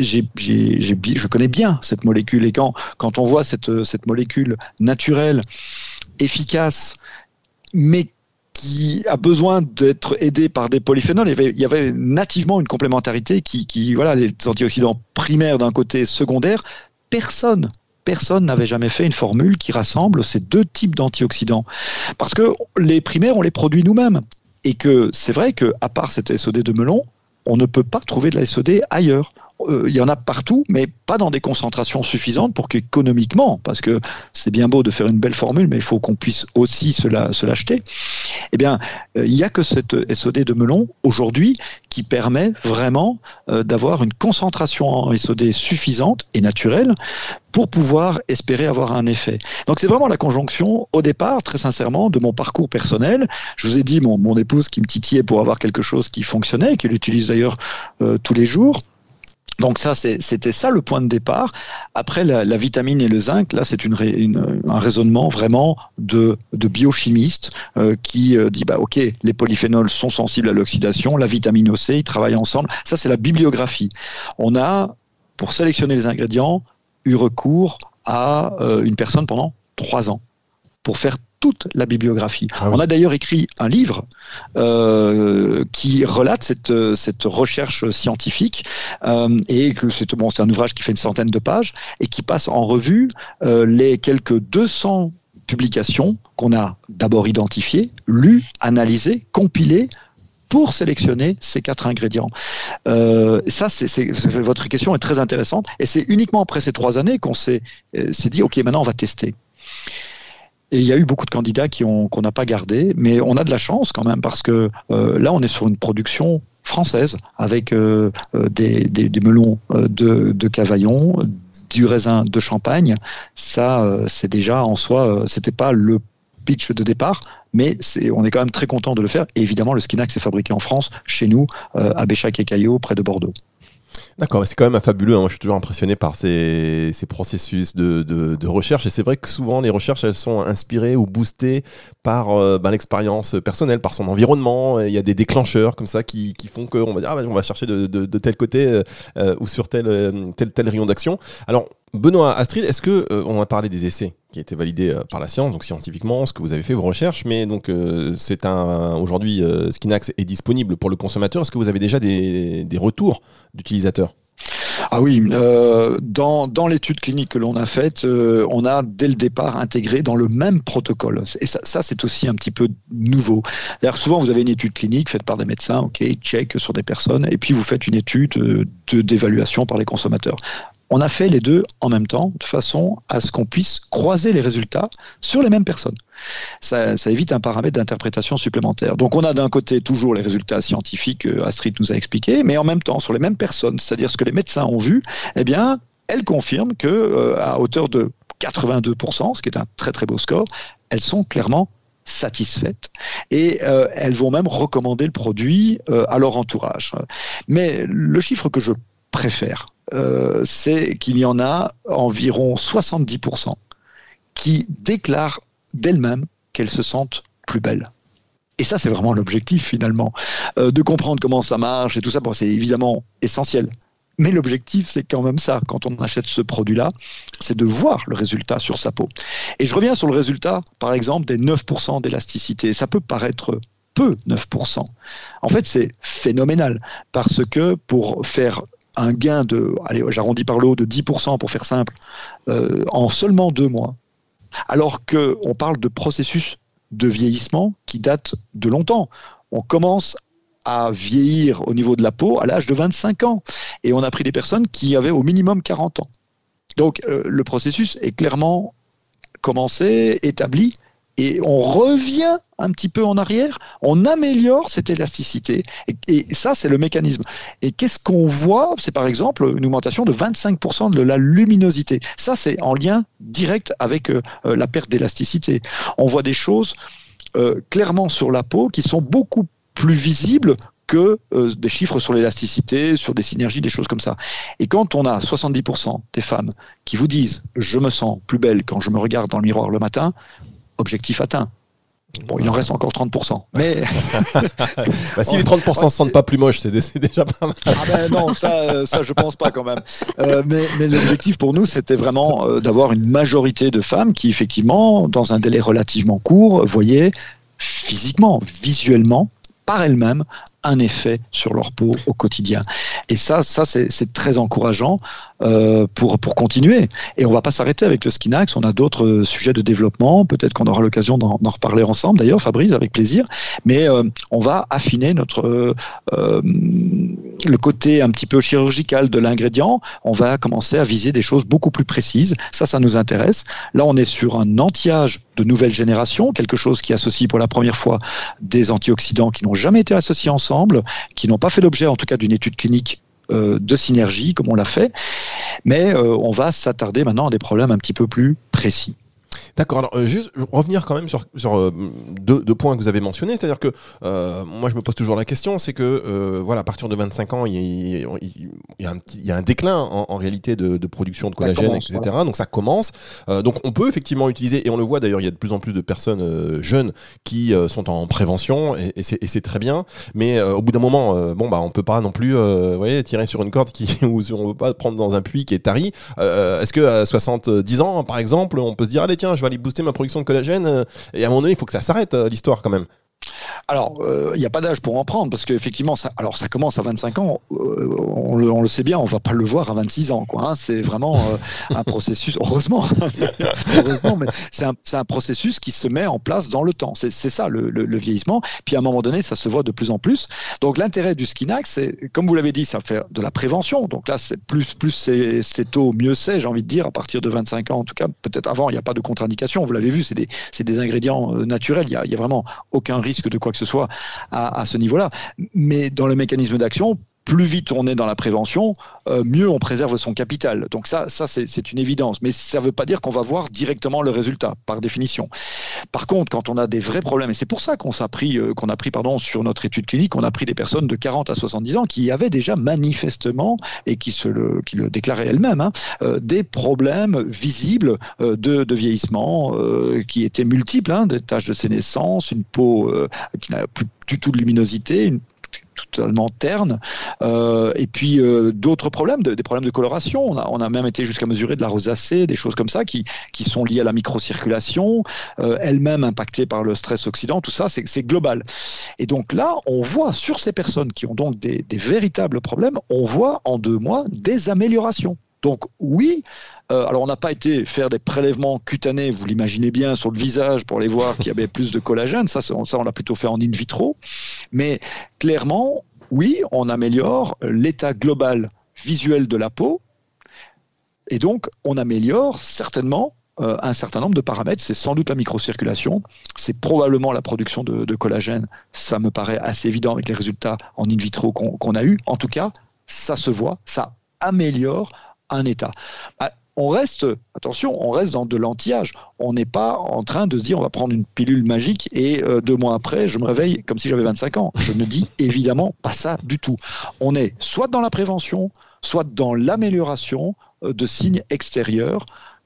je connais bien cette molécule. Et quand on voit cette molécule naturelle, efficace, mais qui a besoin d'être aidée par des polyphénols, il y avait nativement une complémentarité qui les antioxydants primaires d'un côté, secondaire, personne n'avait jamais fait une formule qui rassemble ces deux types d'antioxydants. Parce que les primaires, on les produit nous-mêmes. Et que c'est vrai qu'à part cette SOD de melon, on ne peut pas trouver de la SOD ailleurs. Il y en a partout, mais pas dans des concentrations suffisantes pour qu'économiquement, parce que c'est bien beau de faire une belle formule, mais il faut qu'on puisse aussi se l'acheter. Eh bien, il n'y a que cette SOD de melon, aujourd'hui, qui permet vraiment d'avoir une concentration en SOD suffisante et naturelle pour pouvoir espérer avoir un effet. Donc c'est vraiment la conjonction, au départ, très sincèrement, de mon parcours personnel. Je vous ai dit, mon épouse qui me titillait pour avoir quelque chose qui fonctionnait, qu'elle utilise d'ailleurs tous les jours. Donc ça, c'était ça le point de départ. Après, la vitamine et le zinc, là, c'est un raisonnement vraiment de biochimiste qui dit, ok, les polyphénols sont sensibles à l'oxydation, la vitamine C, ils travaillent ensemble. Ça, c'est la bibliographie. On a, pour sélectionner les ingrédients, eu recours à une personne pendant 3 ans pour faire toute la bibliographie. Ah oui. On a d'ailleurs écrit un livre qui relate cette recherche scientifique et que c'est un ouvrage qui fait une 100aine de pages et qui passe en revue les quelques 200 publications qu'on a d'abord identifiées, lues, analysées, compilées pour sélectionner ces 4 ingrédients. Votre question est très intéressante et c'est uniquement après ces 3 années qu'on s'est dit, ok, maintenant on va tester. Et il y a eu beaucoup de candidats qu'on n'a pas gardés, mais on a de la chance quand même parce que là, on est sur une production française avec des melons de Cavaillon, du raisin de Champagne. Ça, c'est déjà en soi, c'était pas le pitch de départ, mais on est quand même très content de le faire. Et évidemment, le Skinax est fabriqué en France, chez nous, à Béchac-et-Caillaux, près de Bordeaux. D'accord, c'est quand même fabuleux. Moi, je suis toujours impressionné par ces processus de recherche. Et c'est vrai que souvent, les recherches, elles sont inspirées ou boostées par l'expérience personnelle, par son environnement. Il y a des déclencheurs comme ça qui font qu'on va dire on va chercher de tel côté ou sur tel rayon d'action. Alors, Benoît, Astrid, est-ce que on a parlé des essais qui a été validé par la science, donc scientifiquement, ce que vous avez fait, vos recherches, mais donc aujourd'hui, Skinax est disponible pour le consommateur. Est-ce que vous avez déjà des retours d'utilisateurs ? Ah oui, dans l'étude clinique que l'on a faite, on a dès le départ intégré dans le même protocole. Et ça c'est aussi un petit peu nouveau. D'ailleurs, souvent vous avez une étude clinique faite par des médecins, ok, check sur des personnes, et puis vous faites une étude d'évaluation par les consommateurs. On a fait les deux en même temps, de façon à ce qu'on puisse croiser les résultats sur les mêmes personnes. Ça évite un paramètre d'interprétation supplémentaire. Donc on a d'un côté toujours les résultats scientifiques que Astrid nous a expliqués, mais en même temps sur les mêmes personnes, c'est-à-dire ce que les médecins ont vu, eh bien, elles confirment qu'à hauteur de 82%, ce qui est un très très beau score, elles sont clairement satisfaites et elles vont même recommander le produit à leur entourage. Mais le chiffre que je préfère, c'est qu'il y en a environ 70% qui déclarent d'elles-mêmes qu'elles se sentent plus belles. Et ça, c'est vraiment l'objectif finalement, de comprendre comment ça marche et tout ça. Bon, c'est évidemment essentiel. Mais l'objectif, c'est quand même ça, quand on achète ce produit-là, c'est de voir le résultat sur sa peau. Et je reviens sur le résultat, par exemple, des 9% d'élasticité. Ça peut paraître peu, 9%. En fait, c'est phénoménal, parce que pour faire un gain de, allez, j'arrondis par le haut, de 10% pour faire simple, en seulement 2 mois, alors qu'on parle de processus de vieillissement qui date de longtemps. On commence à vieillir au niveau de la peau à l'âge de 25 ans. Et on a pris des personnes qui avaient au minimum 40 ans. Donc le processus est clairement commencé, établi, et on revient un petit peu en arrière, on améliore cette élasticité. Et ça, c'est le mécanisme. Et qu'est-ce qu'on voit? C'est par exemple une augmentation de 25% de la luminosité. Ça, c'est en lien direct avec la perte d'élasticité. On voit des choses clairement sur la peau qui sont beaucoup plus visibles que des chiffres sur l'élasticité, sur des synergies, des choses comme ça. Et quand on a 70% des femmes qui vous disent « je me sens plus belle quand je me regarde dans le miroir le matin », objectif atteint. Bon, il en reste encore 30%. Mais si les 30% ne se sentent pas plus moches, c'est déjà pas mal. Ah ben non, ça je pense pas quand même. Mais l'objectif pour nous, c'était vraiment d'avoir une majorité de femmes qui, effectivement, dans un délai relativement court, voyaient physiquement, visuellement, par elles-mêmes, un effet sur leur peau au quotidien. Et ça c'est très encourageant pour continuer. Et on ne va pas s'arrêter avec le Skinax, on a d'autres sujets de développement, peut-être qu'on aura l'occasion d'en reparler ensemble d'ailleurs, Fabrice, avec plaisir, mais on va affiner le côté un petit peu chirurgical de l'ingrédient, on va commencer à viser des choses beaucoup plus précises, ça nous intéresse. Là on est sur un anti-âge de nouvelle génération, quelque chose qui associe pour la première fois des antioxydants qui n'ont jamais été associés ensemble, qui n'ont pas fait l'objet en tout cas d'une étude clinique de synergie comme on l'a fait, mais on va s'attarder maintenant à des problèmes un petit peu plus précis. D'accord, alors juste revenir quand même sur deux points que vous avez mentionnés, c'est-à-dire que moi je me pose toujours la question, c'est que voilà, à partir de 25 ans, il y a un déclin en réalité de production de collagène, etc. Voilà. Donc ça commence, donc on peut effectivement utiliser, et on le voit d'ailleurs, il y a de plus en plus de personnes jeunes qui sont en prévention, et c'est très bien, mais au bout d'un moment, on peut pas non plus tirer sur une corde où on ne veut pas prendre dans un puits qui est tari. Est-ce qu'à 70 ans, par exemple, on peut se dire, allez tiens, je vais aller booster ma production de collagène, et à un moment donné il faut que ça s'arrête l'histoire quand même. Alors, il n'y a pas d'âge pour en prendre, parce qu'effectivement, ça commence à 25 ans, on le sait bien, on ne va pas le voir à 26 ans, quoi, hein. C'est vraiment un processus, heureusement, mais c'est un processus qui se met en place dans le temps. C'est ça, le vieillissement. Puis à un moment donné, ça se voit de plus en plus. Donc l'intérêt du Skinax, c'est, comme vous l'avez dit, ça fait de la prévention. Donc là, c'est plus c'est tôt, mieux c'est, j'ai envie de dire, à partir de 25 ans, en tout cas, peut-être avant, il n'y a pas de contre-indication. Vous l'avez vu, c'est des ingrédients naturels, il y a vraiment aucun risque de quoi que ce soit à ce niveau-là. Mais dans le mécanisme d'action, plus vite on est dans la prévention, mieux on préserve son capital. Donc ça c'est une évidence. Mais ça ne veut pas dire qu'on va voir directement le résultat, par définition. Par contre, quand on a des vrais problèmes, et c'est pour ça qu'on a pris sur notre étude clinique, on a pris des personnes de 40 à 70 ans qui avaient déjà manifestement, et qui le déclaraient elles-mêmes, des problèmes visibles de vieillissement qui étaient multiples, des taches de sénescence, une peau qui n'a plus du tout de luminosité, totalement terne, et puis d'autres problèmes, des problèmes de coloration. On a même été jusqu'à mesurer de la rosacée, des choses comme ça qui sont liées à la microcirculation, elles-mêmes impactées par le stress oxydant, tout ça, c'est global. Et donc là, on voit sur ces personnes qui ont donc des véritables problèmes, on voit en 2 mois des améliorations. Donc oui, alors on n'a pas été faire des prélèvements cutanés, vous l'imaginez bien, sur le visage pour les voir qu'il y avait plus de collagène, ça on l'a plutôt fait en in vitro, mais clairement, oui, on améliore l'état global visuel de la peau, et donc on améliore certainement un certain nombre de paramètres. C'est sans doute la microcirculation, c'est probablement la production de collagène, ça me paraît assez évident avec les résultats en in vitro qu'on a eu. En tout cas, ça se voit, ça améliore un état. On reste dans de l'anti-âge. On n'est pas en train de se dire on va prendre une pilule magique et 2 mois après je me réveille comme si j'avais 25 ans. Je ne dis évidemment pas ça du tout. On est soit dans la prévention, soit dans l'amélioration de signes extérieurs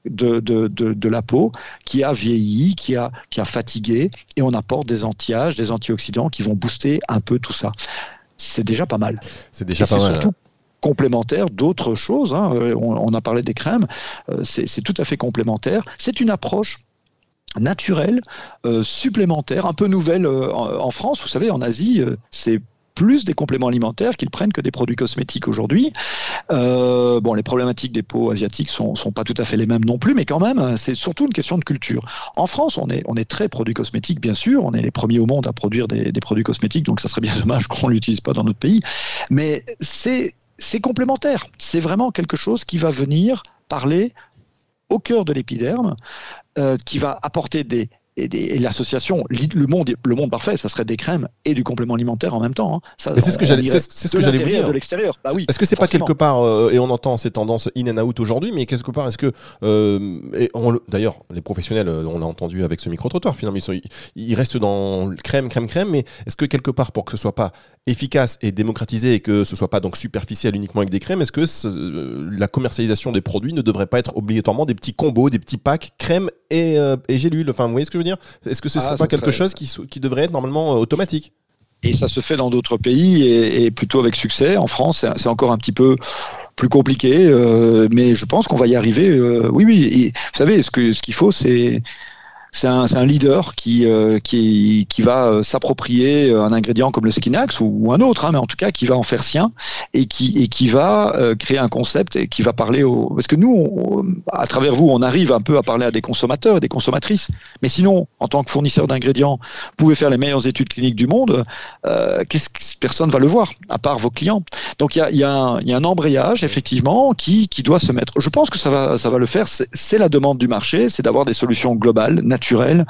de la peau qui a vieilli, qui a fatigué, et on apporte des anti-âges, des antioxydants qui vont booster un peu tout ça. C'est déjà pas mal. C'est déjà pas mal. Surtout complémentaire d'autres choses, on a parlé des crèmes, c'est tout à fait complémentaire. C'est une approche naturelle, supplémentaire, un peu nouvelle en France. Vous savez, en Asie, c'est plus des compléments alimentaires qu'ils prennent que des produits cosmétiques aujourd'hui. Les problématiques des peaux asiatiques sont pas tout à fait les mêmes non plus, mais quand même, c'est surtout une question de culture. En France, on est très produits cosmétiques, bien sûr, on est les premiers au monde à produire des produits cosmétiques, donc ça serait bien dommage qu'on ne l'utilise pas dans notre pays, mais c'est complémentaire. C'est vraiment quelque chose qui va venir parler au cœur de l'épiderme, qui va apporter des et l'association, le monde parfait, ça serait des crèmes et du complément alimentaire en même temps. Hein. Ça, c'est ce que j'allais vous dire. De l'extérieur. Bah oui, est-ce que c'est forcément. pas quelque part, et on entend ces tendances in and out aujourd'hui, mais quelque part, est-ce que, d'ailleurs, les professionnels, on l'a entendu avec ce micro-trottoir, finalement, ils restent dans crème, mais est-ce que quelque part, pour que ce soit pas efficace et démocratisé et que ce soit pas donc superficiel uniquement avec des crèmes, est-ce que la commercialisation des produits ne devrait pas être obligatoirement des petits combos, des petits packs crème et gélules? Enfin, vous voyez ce que je veux dire? Est-ce que ce serait pas quelque chose qui devrait être normalement automatique? Et ça se fait dans d'autres pays et plutôt avec succès. En France, c'est encore un petit peu plus compliqué, mais je pense qu'on va y arriver. Oui. Et, vous savez, ce qu'il faut, c'est un leader qui va s'approprier un ingrédient comme le Skinax ou un autre, mais en tout cas qui va en faire sien et qui va créer un concept et qui va parler parce que nous, à travers vous, on arrive un peu à parler à des consommateurs et des consommatrices. Mais sinon, en tant que fournisseur d'ingrédients, vous pouvez faire les meilleures études cliniques du monde. Personne va le voir, à part vos clients. Donc il y a un embrayage effectivement qui doit se mettre. Je pense que ça va le faire. C'est la demande du marché, c'est d'avoir des solutions globales, naturelles.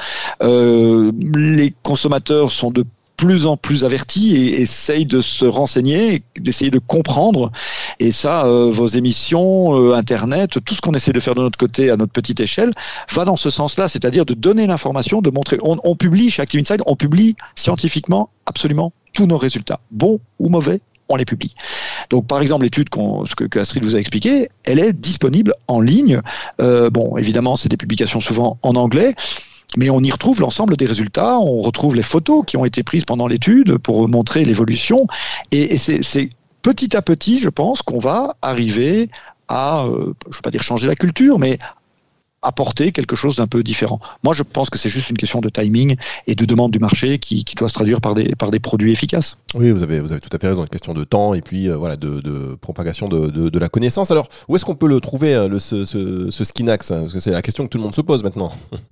Les consommateurs sont de plus en plus avertis et essayent de se renseigner, d'essayer de comprendre. Et ça, vos émissions, Internet, tout ce qu'on essaie de faire de notre côté à notre petite échelle, va dans ce sens-là, c'est-à-dire de donner l'information, de montrer. On publie chez Active Inside, on publie scientifiquement absolument tous nos résultats, bons ou mauvais. On les publie. Donc, par exemple, l'étude que Astrid vous a expliquée, elle est disponible en ligne. Évidemment, c'est des publications souvent en anglais, mais on y retrouve l'ensemble des résultats. On retrouve les photos qui ont été prises pendant l'étude pour montrer l'évolution. Et c'est petit à petit, je pense, qu'on va arriver à, je ne veux pas dire changer la culture, mais apporter quelque chose d'un peu différent. Moi, je pense que c'est juste une question de timing et de demande du marché qui doit se traduire par des produits efficaces. Oui, vous avez tout à fait raison. Une question de temps et puis de propagation de la connaissance. Alors, où est-ce qu'on peut le trouver, ce Skinax? Parce que c'est la question que tout le monde se pose maintenant.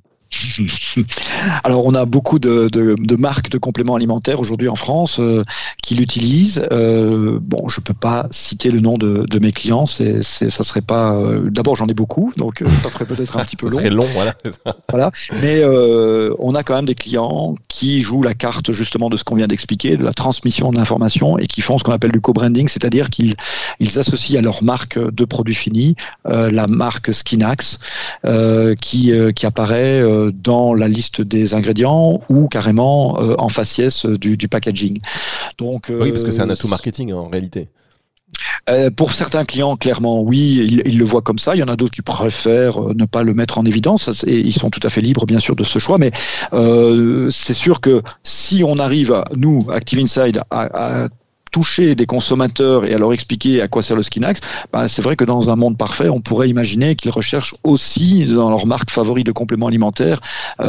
Alors, on a beaucoup de marques de compléments alimentaires aujourd'hui en France qui l'utilisent. Je peux pas citer le nom de mes clients. Ça serait pas. D'abord, j'en ai beaucoup, donc ça ferait peut-être un petit peu long. Ça serait long, voilà. Voilà. Mais on a quand même des clients qui jouent la carte justement de ce qu'on vient d'expliquer, de la transmission de l'information et qui font ce qu'on appelle du co-branding, c'est-à-dire qu'ils associent à leur marque de produits finis la marque Skinax qui apparaît dans la liste des ingrédients ou carrément en faciès du packaging. Donc, oui, parce que c'est un atout marketing en réalité. Pour certains clients, clairement, oui, ils le voient comme ça. Il y en a d'autres qui préfèrent ne pas le mettre en évidence et ils sont tout à fait libres, bien sûr, de ce choix. Mais c'est sûr que si on arrive, nous, Active Inside, à toucher des consommateurs et à leur expliquer à quoi sert le Skinax, c'est vrai que dans un monde parfait, on pourrait imaginer qu'ils recherchent aussi dans leur marque favorite de compléments alimentaires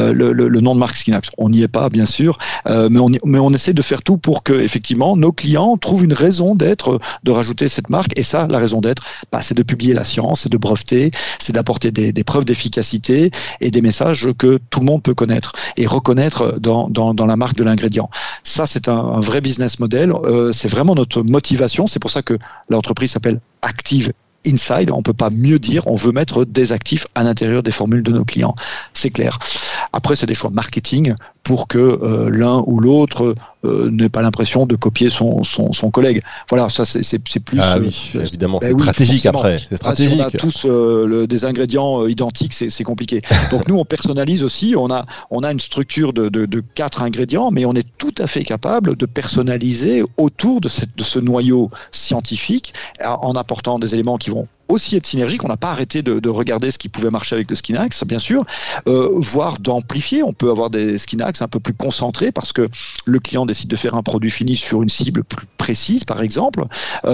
le nom de marque Skinax. On n'y est pas, bien sûr, mais on essaie de faire tout pour que effectivement nos clients trouvent une raison d'être, de rajouter cette marque. Et ça, la raison d'être, c'est de publier la science, c'est de breveter, c'est d'apporter des preuves d'efficacité et des messages que tout le monde peut connaître et reconnaître dans la marque de l'ingrédient. Ça, c'est un vrai business model. C'est vraiment notre motivation. C'est pour ça que l'entreprise s'appelle Active Inside. On ne peut pas mieux dire. On veut mettre des actifs à l'intérieur des formules de nos clients. C'est clair. Après, c'est des choix marketing pour que l'un ou l'autre n'ait pas l'impression de copier son collègue. Voilà, ça c'est plus... Ah oui, évidemment, c'est stratégique après. C'est stratégique. Si on a tous des ingrédients identiques, c'est compliqué. Donc nous, on personnalise aussi. On a une structure de 4 ingrédients, mais on est tout à fait capable de personnaliser autour de ce noyau scientifique en apportant des éléments qui vont aussi être synergique. On n'a pas arrêté de regarder ce qui pouvait marcher avec le Skinax, bien sûr, voire d'amplifier. On peut avoir des Skinax un peu plus concentrés parce que le client décide de faire un produit fini sur une cible plus précise, par exemple.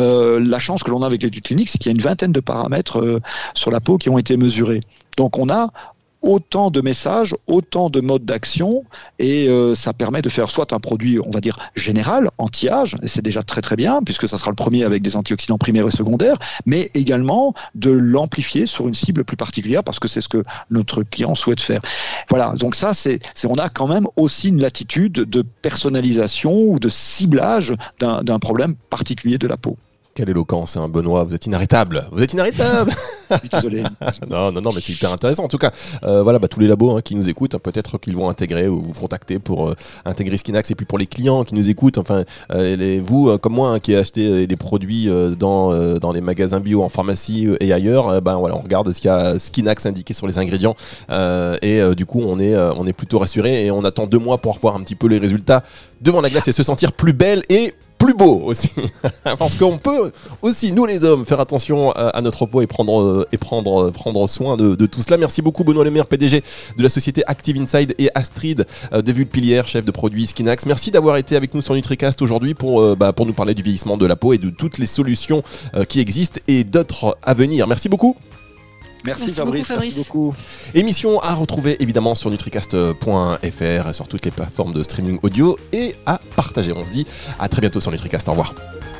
La chance que l'on a avec l'étude clinique, c'est qu'il y a une vingtaine de paramètres sur la peau qui ont été mesurés. Donc on a autant de messages, autant de modes d'action et ça permet de faire soit un produit, on va dire, général, anti-âge, et c'est déjà très très bien puisque ça sera le premier avec des antioxydants primaires et secondaires, mais également de l'amplifier sur une cible plus particulière parce que c'est ce que notre client souhaite faire. Voilà, donc ça, on a quand même aussi une latitude de personnalisation ou de ciblage d'un problème particulier de la peau. Quelle éloquence, hein, Benoît, vous êtes inarrêtable. Désolé. Non, mais c'est hyper intéressant. En tout cas, voilà, tous les labos qui nous écoutent, peut-être qu'ils vont intégrer ou vous contacter pour intégrer Skinax. Et puis pour les clients qui nous écoutent, enfin, vous comme moi qui achetez des produits dans les magasins bio, en pharmacie et ailleurs, voilà, on regarde s'il y a Skinax indiqué sur les ingrédients et du coup on est plutôt rassuré et on attend 2 mois pour voir un petit peu les résultats devant la glace et se sentir plus belle et plus beau aussi. Parce qu'on peut aussi, nous les hommes, faire attention à notre peau et prendre soin de tout cela. Merci beaucoup Benoît Lemaire, PDG de la société Active Inside, et Astrid de Vulpilière, chef de produit Skinax. Merci d'avoir été avec nous sur NutriCast aujourd'hui pour nous parler du vieillissement de la peau et de toutes les solutions qui existent et d'autres à venir. Merci beaucoup. Merci Fabrice, merci beaucoup. Émission à retrouver évidemment sur nutricast.fr, sur toutes les plateformes de streaming audio et à partager. On se dit à très bientôt sur NutriCast. Au revoir.